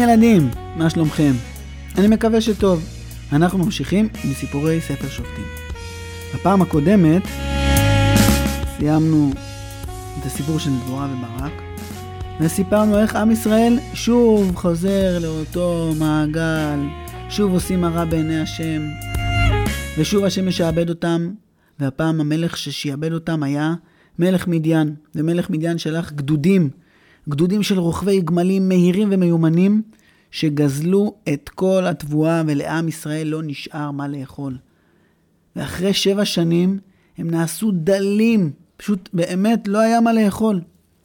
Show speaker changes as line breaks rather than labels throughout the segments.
ילדים, מה שלומכם? אני מקווה שטוב. אנחנו ממשיכים עם סיפורי ספר שופטים. בפעם הקודמת סיימנו את הסיפור של דבורה וברק, וסיפרנו איך עם ישראל שוב חוזר לאותו מעגל, שוב עושים הרע בעיני השם, ושוב השם משעבד אותם, והפעם המלך ששיעבד אותם היה מלך מדיין, ומלך מדיין שלח גדודים של רוכבי גמלים מהירים ומיומנים, שגזלו את כל התבואה, ולעם ישראל לא נשאר מה לאכול. ואחרי 7 שנים הם נעשו דלים, פשוט באמת לא היה מה לאכול.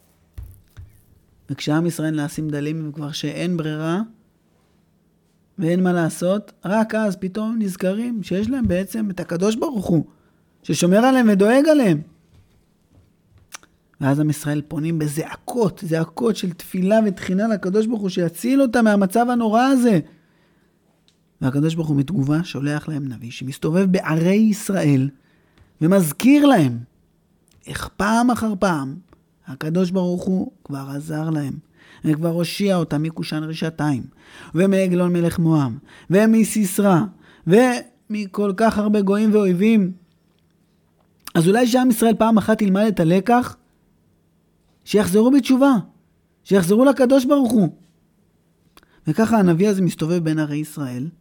וכשעם ישראל נעשים דלים וכבר שאין ברירה ואין מה לעשות, רק אז פתאום נזכרים שיש להם בעצם את הקדוש ברוך הוא, ששומר עליהם ודואג עליהם. ואז עם ישראל פונים זעקות של תפילה ותחינה לקדוש ברוך הוא שיציל אותם מהמצב הנורא הזה. והקדוש ברוך הוא מתגובה שולח להם נביא שמסתובב בערי ישראל ומזכיר להם איך פעם אחר פעם הקדוש ברוך הוא כבר עזר להם וכבר הושיע אותם מכושן רשעתיים ומעגלון מלך מואב ומסיסרא ומכל כך הרבה גויים ואויבים. אז אולי שעם ישראל פעם אחת ילמד את הלקח, שיחזרו בתשובה, שיחזרו לקדוש ברוך הוא. וככה הנביא הזה מסתובב בין ערי ישראל,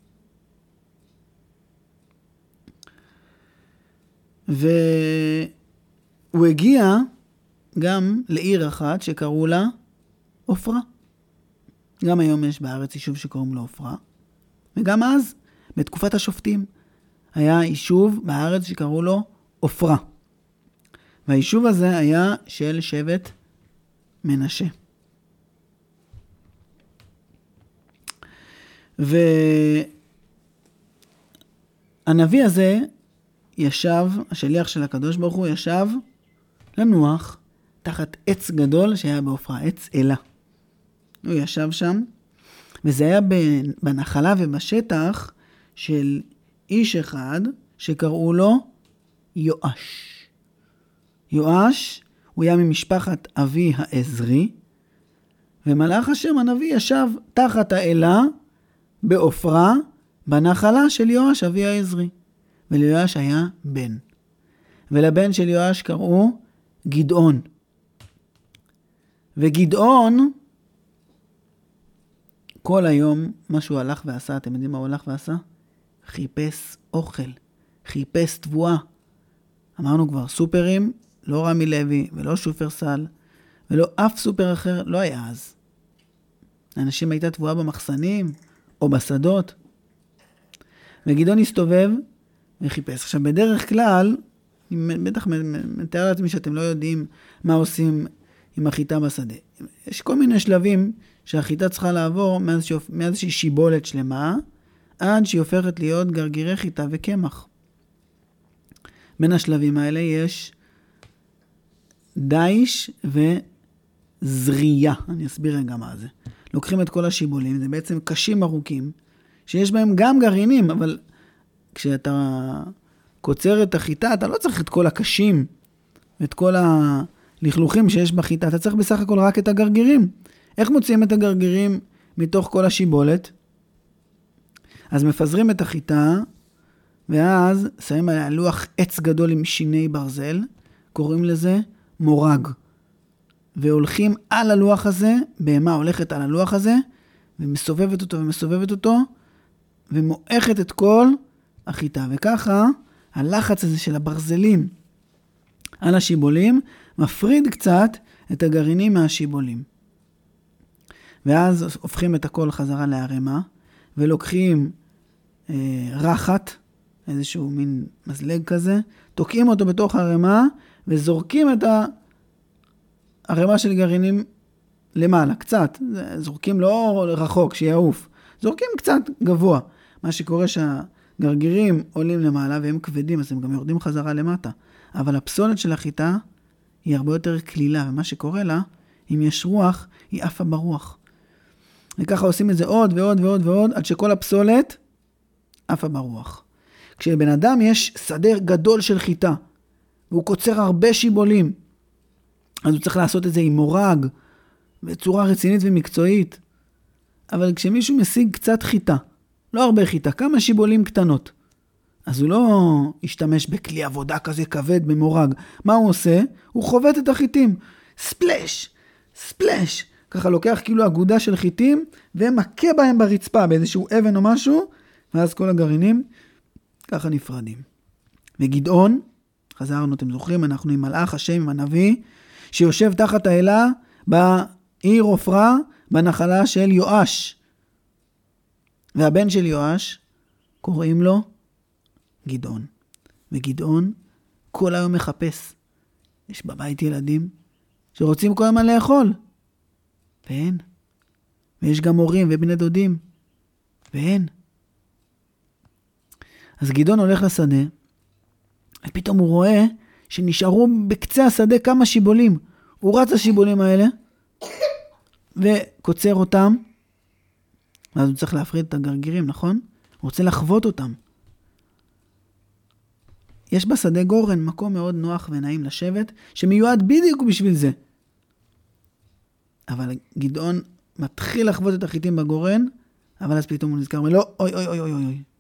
והוא הגיע גם לעיר אחת שקראו לה עופרה. גם היום יש בארץ יישוב שקוראים לו עופרה, וגם אז בתקופת השופטים היה יישוב בארץ שקראו לו עופרה. והיישוב הזה היה של שבט מנשה. והנביא הזה ישב, השליח של הקדוש ברוך הוא ישב לנוח תחת עץ גדול שהיה בעופרה, עץ אלה. הוא ישב שם, וזה היה בנחלה ובשטח של איש אחד שקראו לו יואש. יואש הוא היה ממשפחת אבי העזרי, ומלאך השם הנביא ישב תחת האלה בעופרה בנחלה של יואש אבי העזרי. וליואש היה בן, ולבן של יואש קראו גדעון. וגדעון כל היום מה שהוא הלך ועשה, אתם יודעים מה הוא הלך ועשה? חיפש אוכל, חיפש תבואה. אמרנו כבר, סופרים, לא רמי לוי ולא שופרסל ולא אף סופר אחר, לא היה אז. האנשים הייתה תבואה במחסנים או בשדות. וגדעון הסתובב וחיפש. עכשיו בדרך כלל, בטח מתאר לעצמי שאתם לא יודעים מה עושים עם החיטה בשדה. יש כל מיני שלבים שהחיטה צריכה לעבור מאיזושהי שיבולת שלמה, עד שהיא הופכת להיות גרגירי חיטה וקמח. בין השלבים האלה יש דייש וזרייה. אני אסביר רגע מה זה. לוקחים את כל השיבולים, זה בעצם קשים ארוכים, שיש בהם גם גרעינים, אבל כשאתה קוצר את החיטה, אתה לא צריך את כל הקשים, ואת כל הלכלוכים שיש בחיטה, אתה צריך בסך הכל רק את הגרגירים. איך מוציאים את הגרגירים מתוך כל השיבולת? אז מפזרים את החיטה, ואז שמים עליה לוח עץ גדול עם שיני ברזל, קוראים לזה מורג. והולכים על הלוח הזה, בהמה הולכת על הלוח הזה, ומסובבת אותו, ומואכת את כל החיטה. וככה, הלחץ הזה של הברזלים על השיבולים, מפריד קצת את הגרעינים מהשיבולים. ואז הופכים את הכל חזרה להרמה, ולוקחים רחת, איזשהו מין מזלג כזה, תוקעים אותו בתוך הרמה, וזורקים את הרמה של גרעינים למעלה, קצת. זורקים לא רחוק, שיעוף. זורקים קצת גבוה. מה שקורה שהגרגירים עולים למעלה, והם כבדים, אז הם גם יורדים חזרה למטה. אבל הפסולת של החיטה היא הרבה יותר כלילה, ומה שקורה לה, אם יש רוח, היא עפה ברוח. וככה עושים את זה עוד ועוד ועוד ועוד, עד שכל הפסולת עפה ברוח. כשלבן אדם יש שדה גדול של חיטה, והוא קוצר הרבה שיבולים, אז הוא צריך לעשות את זה עם מורג, בצורה רצינית ומקצועית. אבל כשמישהו משיג קצת חיטה, לא הרבה חיטה, כמה שיבולים קטנות, אז הוא לא ישתמש בכלי עבודה כזה כבד במורג. מה הוא עושה? הוא חובט את החיטים. ספלש, ספלש. ככה לוקח כאילו אגודה של חיטים, ומכה בהם ברצפה באיזשהו אבן או משהו, ואז כל הגרעינים ככה נפרדים. וגדעון, חזרנו, אתם זוכרים, אנחנו עם מלאך השם, עם הנביא, שיושב תחת האלה בעיר עופרה, בנחלה של יואש. והבן של יואש, קוראים לו גדעון. וגדעון כל היום מחפש. יש בבית ילדים שרוצים כל הזמן לאכול. ואין. ויש גם הורים ובני דודים. ואין. אז גדעון הולך לשדה, ופתאום הוא רואה שנשארו בקצה השדה כמה שיבולים. הוא רץ השיבולים האלה, וקוצר אותם, ואז הוא צריך להפריד את הגרגירים, נכון? הוא רוצה לחוות אותם. יש בשדה גורן מקום מאוד נוח ונעים לשבת, שמיועד בדיוק בשביל זה. אבל גדעון מתחיל לחוות את החיטים בגורן, אבל אז פתאום הוא נזכר, לא, אוי, אוי, אוי, אוי, אוי.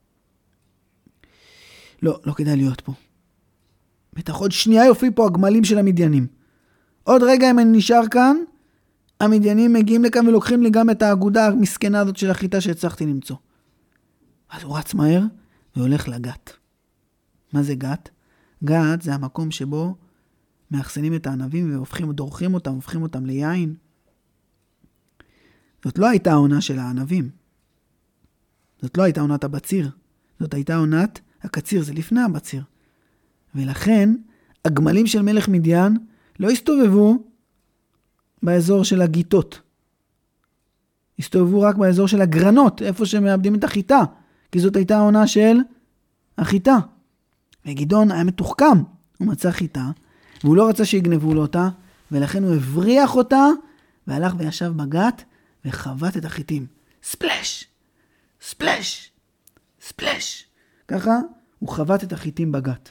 לא כדאי להיות פה. בטח עוד שנייה יופיעו פה הגמלים של המדיינים. עוד רגע אם אני נשאר כאן, המדיינים מגיעים לכאן ולוקחים לי גם את האגודה המסכנה הזאת של החיטה שהצלחתי למצוא. אז הוא רץ מהר והולך לגת. מה זה גת? גת זה המקום שבו מאחסנים את הענבים ודורכים אותם, הופכים אותם ליין. זאת לא הייתה העונה של הענבים. זאת לא הייתה עונת הבציר. זאת הייתה עונת הקציר, זה לפני הבציר. ולכן הגמלים של מלך מדיין לא הסתובבו באזור של הגיטות. הסתובבו רק באזור של הגרנות, איפה שמאבדים את החיטה. כי זאת הייתה העונה של החיטה. וגדעון היה מתוחכם. הוא מצא חיטה, והוא לא רצה שיגנבו לו אותה, ולכן הוא הבריח אותה, והלך וישב בגת, וחבט את החיטים. ספלש! ספלש! ספלש! ככה הוא חבט את החיטים בגת.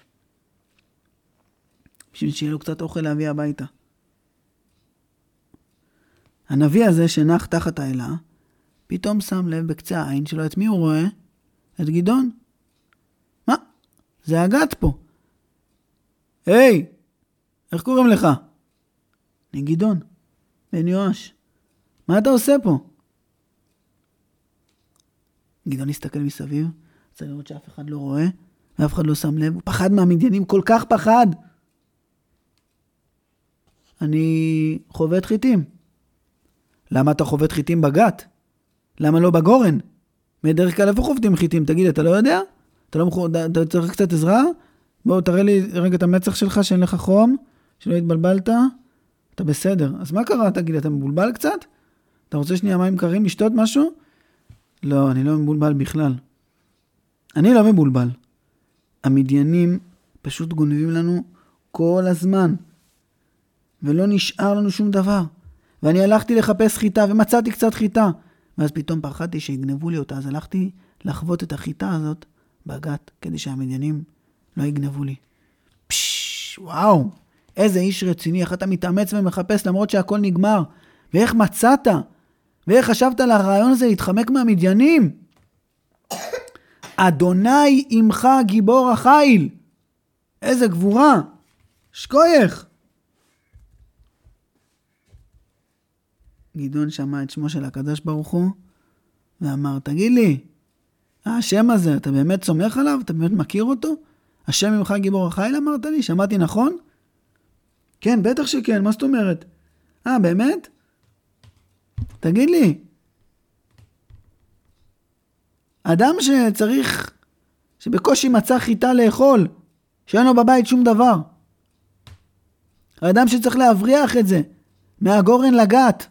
בשביל שיהיה לו קצת אוכל להביא הביתה. הנביא הזה שנח תחת האלה, פתאום שם לב בקצה העין שלו את מי הוא רואה? את גדעון. מה? זה הגת פה. היי! איך קוראים לך? אני גדעון. בן יואש. מה אתה עושה פה? גדעון הסתכל מסביב, צריך לראות שאף אחד לא רואה, ואף אחד לא שם לב. הוא פחד מהמדיינים, כל כך פחד. אני חובט חיטים. למה אתה חובט חיטים בגת? למה לא בגורן? בדרך כלל איפה חובטים חיטים? תגיד, אתה לא יודע? אתה צריך קצת עזרה? בואו, תראה לי רגע את המצח שלך שאין לך חום, שלא התבלבלת. אתה בסדר. אז מה קרה? תגיד, אתה מבולבל קצת? אתה רוצה שנייה מים קרים, לשתות משהו? לא, אני לא מבולבל בכלל. אני לא מבולבל. המדיינים פשוט גונבים לנו כל הזמן. ולא נשאר לנו שום דבר. ואני הלכתי לחפש חיטה ומצאתי קצת חיטה. ואז פתאום פחדתי שיגנבו לי אותה. אז הלכתי לחוות את החיטה הזאת בגת, כדי שהמדיינים לא יגנבו לי. וואו, איזה איש רציני. איך אתה מתאמץ ומחפש למרות שהכל נגמר. ואיך מצאת? ואיך חשבת על הרעיון הזה להתחמק מהמדיינים? אדוני עמך גיבור החיל. איזה גבורה. שקוייך. גדעון שמע את שמו של הקדוש ברוך הוא, ואמר, תגיד לי, השם הזה, אתה באמת סומך עליו? אתה באמת מכיר אותו? השם ממך גיבור החיל אמרת לי? שמעתי נכון? כן, בטח שכן, מה זאת אומרת? באמת? תגיד לי, אדם שצריך, שבקושי מצא חיטה לאכול, שאין לו בבית שום דבר, האדם שצריך להבריח את זה, מהגורן לגת,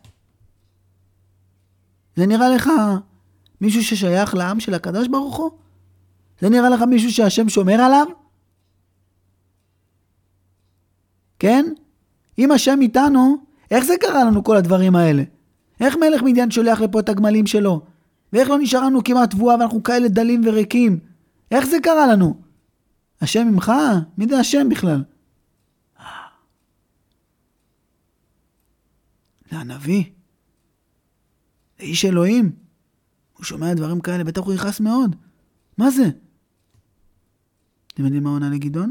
זה נראה לך מישהו ששייך לעם של הקדוש ברוך הוא? זה נראה לך מישהו שהשם שומר עליו? כן? אם השם איתנו, איך זה קרה לנו כל הדברים האלה? איך מלך מדיין שולח לפה את הגמלים שלו? ואיך לא נשאר לנו כמעט תבואה ואנחנו כאלה דלים וריקים? איך זה קרה לנו? השם ממך? מי זה השם בכלל? זה הנביא. זה איש אלוהים. הוא שומע דברים כאלה, בטח הוא יכעס מאוד. מה זה? אתם יודעים מה עונה לגדעון?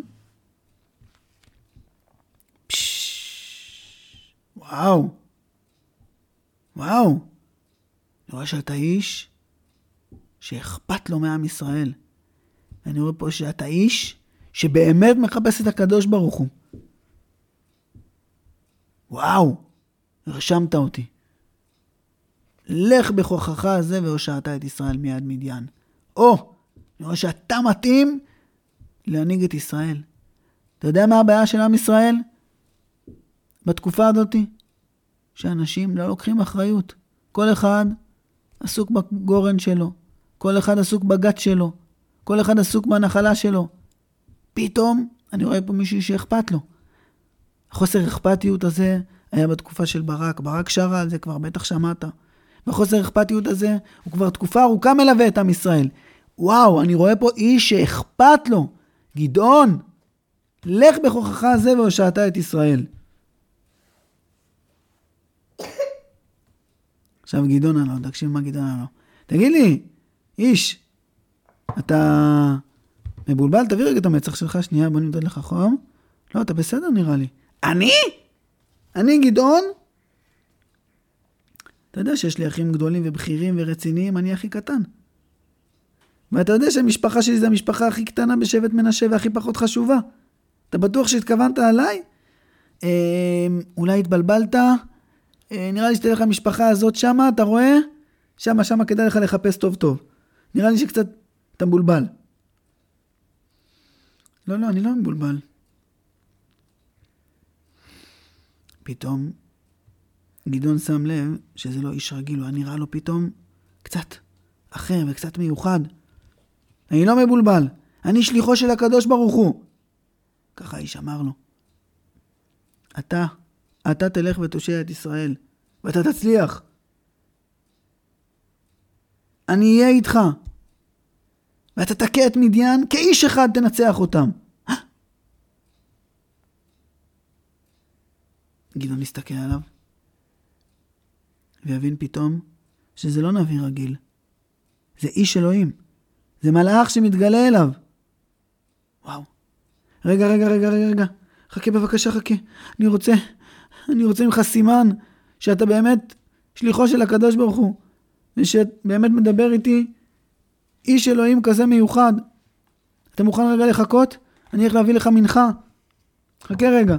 וואו. וואו. אני רואה שאתה איש שאכפת לו מעם ישראל. אני רואה פה שאתה איש שבאמת מחפש את הקדוש ברוך הוא. וואו. הרשמת אותי. לך בכוחך הזה והושעת את ישראל מיד מדיין. אני רואה שאתה מתאים להנהיג את ישראל. אתה יודע מה הבעיה של עם ישראל? בתקופה הזאת, שאנשים לא לוקחים אחריות. כל אחד עסוק בגורן שלו. כל אחד עסוק בגת שלו. כל אחד עסוק בנחלה שלו. פתאום אני רואה פה מישהו שאכפת לו. החוסר אכפתיות הזה היה בתקופה של ברק. ברק שרה על זה, כבר בטח שמעת. בחוסר אכפתיות הזה הוא כבר תקופה ארוכה מלווה את עם ישראל. וואו, אני רואה פה איש שאכפת לו. גדעון, לך בכוחך הזה והושעת את ישראל. עכשיו גדעון עליו, תקשיב מה גדעון עליו. תגיד לי, איש, אתה מבולבל? תביא רגע את המצח שלך, שנייה, בוא נמדוד לך חום. לא, אתה בסדר נראה לי. אני גדעון? אתה יודע שיש לי אחים גדולים ובכירים ורציניים, אני הכי קטן. ואתה יודע שהמשפחה שלי זה המשפחה הכי קטנה בשבט מנשה והכי פחות חשובה. אתה בטוח שהתכוונת עליי? אולי התבלבלת? נראה לי שתלך המשפחה הזאת שמה, אתה רואה? שמה כדאי לך לחפש טוב טוב. נראה לי שקצת אתה מבולבל. לא, אני לא מבולבל. פתאום גדעון שם לב שזה לא איש רגיל, הוא נראה לו פתאום קצת אחר וקצת מיוחד. אני לא מבולבל, אני שליחו של הקדוש ברוך הוא. ככה האיש אמר לו. אתה תלך ותושיע את ישראל, ואתה תצליח. אני אהיה איתך. ואתה תכה את מדיין, כאיש אחד תנצח אותם. גדעון הסתכל עליו, ויבין פתאום שזה לא נביא רגיל. זה איש אלוהים. זה מלאך שמתגלה אליו. וואו. רגע. חכה בבקשה, חכה. אני רוצה ממך סימן שאתה באמת שליחו של הקדוש ברוך הוא. ושבאמת מדבר איתי איש אלוהים כזה מיוחד. אתה מוכן רגע לחכות? אני הולך להביא לך מנחה. חכה רגע.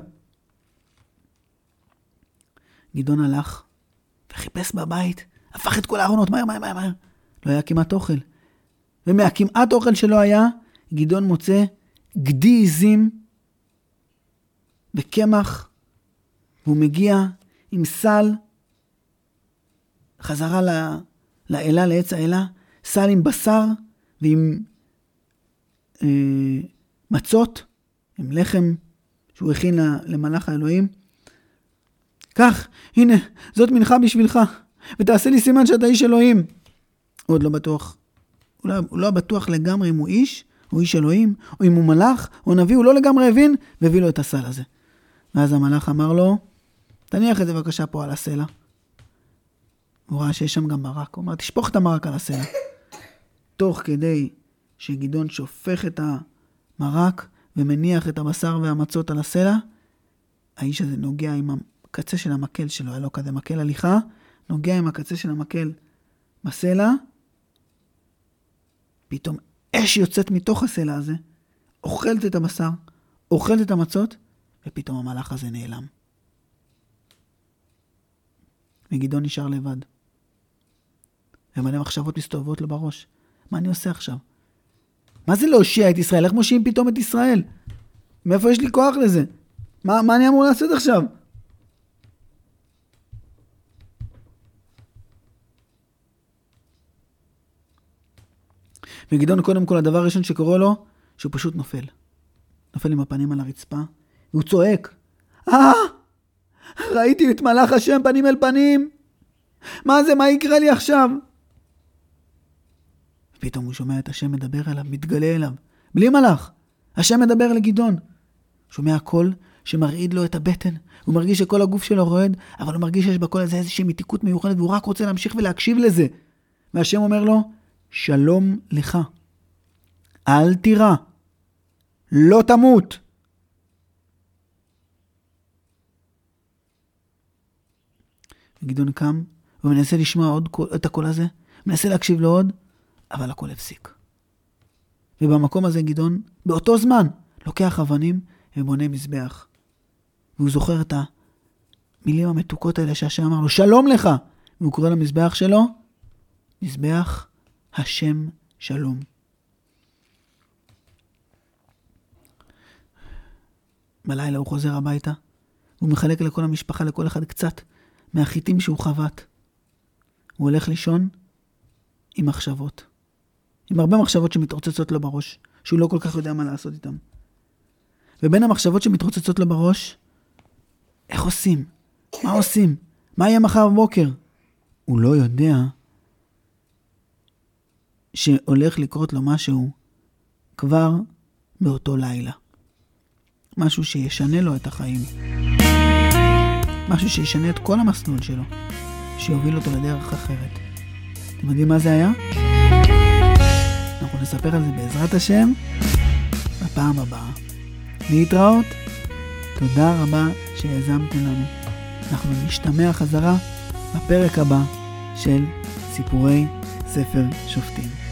גדעון הלך וחיפש בבית. הפך את כל הארונות מהר. לא היה כמעט אוכל. ומהכמעט אוכל שלא היה, גדעון מוצא גדי עזים וקמח, והוא מגיע עם סל חזרה לאלה, לעץ האלה, סל עם בשר ועם מצות, עם לחם שהוא הכין למלאך האלוהים. כך, הנה, זאת מנחה בשבילך, ותעשה לי סימן שאתה איש אלוהים. הוא עוד לא בטוח. הוא לא בטוח לגמרי אם הוא איש, או איש אלוהים, או אם הוא מלאך, או נביא, הוא לא לגמרי הבין, והביא לו את הסל הזה. ואז המלאך אמר לו, תניח את זה בבקשה פה על הסלע. הוא ראה שיש שם גם מרק. הוא אמר, תשפוך את המרק על הסלע. תוך כדי שגדעון שופך את המרק, ומניח את הבשר והמצות על הסלע, האיש הזה נוגע עם הקצה של המקל שלו, היה לו כזה מקל הליכה, נוגע עם הקצה של המקל בסלע, פתאום אש יוצאת מתוך הסלע הזה, אוכלת את הבשר, אוכלת את המצות, ופתאום המלאך הזה נעלם. וגדעון נשאר לבד. ומלא מחשבות מסתובבות לו בראש. מה אני עושה עכשיו? מה זה להושיע את ישראל? איך מושיעים פתאום את ישראל? מאיפה יש לי כוח לזה? מה אני אמור לעשות עכשיו? וגדעון קודם כל, הדבר הראשון שקורה לו, שהוא פשוט נופל. נופל עם הפנים על הרצפה, והוא צועק. ראיתי את מלאך השם פנים אל פנים. מה זה? מה יקרה לי עכשיו? ופתאום הוא שומע את השם מדבר אליו, מתגלה אליו. בלי מלאך. השם מדבר לגדעון. שומע קול שמרעיד לו את הבטן. הוא מרגיש שכל הגוף שלו רועד, אבל הוא מרגיש שיש בקול הזה איזושהי מתיקות מיוחדת, והוא רק רוצה להמשיך ולהקשיב לזה. והשם אומר לו, שלום לך. אל תירא. לא תמות. וגדעון קם, ומנסה לשמוע עוד את הקול הזה, מנסה להקשיב לו עוד, אבל הכל הפסיק. ובמקום הזה גדעון, באותו זמן, לוקח אבנים ובונה מזבח. והוא זוכר את המילים המתוקות האלה שהשם אמר לו, שלום לך. והוא קורא למזבח שלו, מזבח השם שלום. בלילה הוא חוזר הביתה, הוא מחלק לכל המשפחה, לכל אחד קצת, מהחיטים שהוא חבט. הוא הולך לישון עם מחשבות. עם הרבה מחשבות שמתרוצצות לו בראש, שהוא לא כל כך יודע מה לעשות איתם. ובין המחשבות שמתרוצצות לו בראש, איך עושים? מה עושים? מה יהיה מחר בבוקר? הוא לא יודע שהולך לקרות לו משהו כבר באותו לילה. משהו שישנה לו את החיים. משהו שישנה את כל המסלול שלו. שיוביל אותו לדרך אחרת. אתם יודעים מה זה היה? אנחנו נספר על זה בעזרת השם בפעם הבאה. להתראות. תודה רבה שהזמתם לנו. אנחנו נשתמע חזרה בפרק הבא של סיפורי ספר שופטים.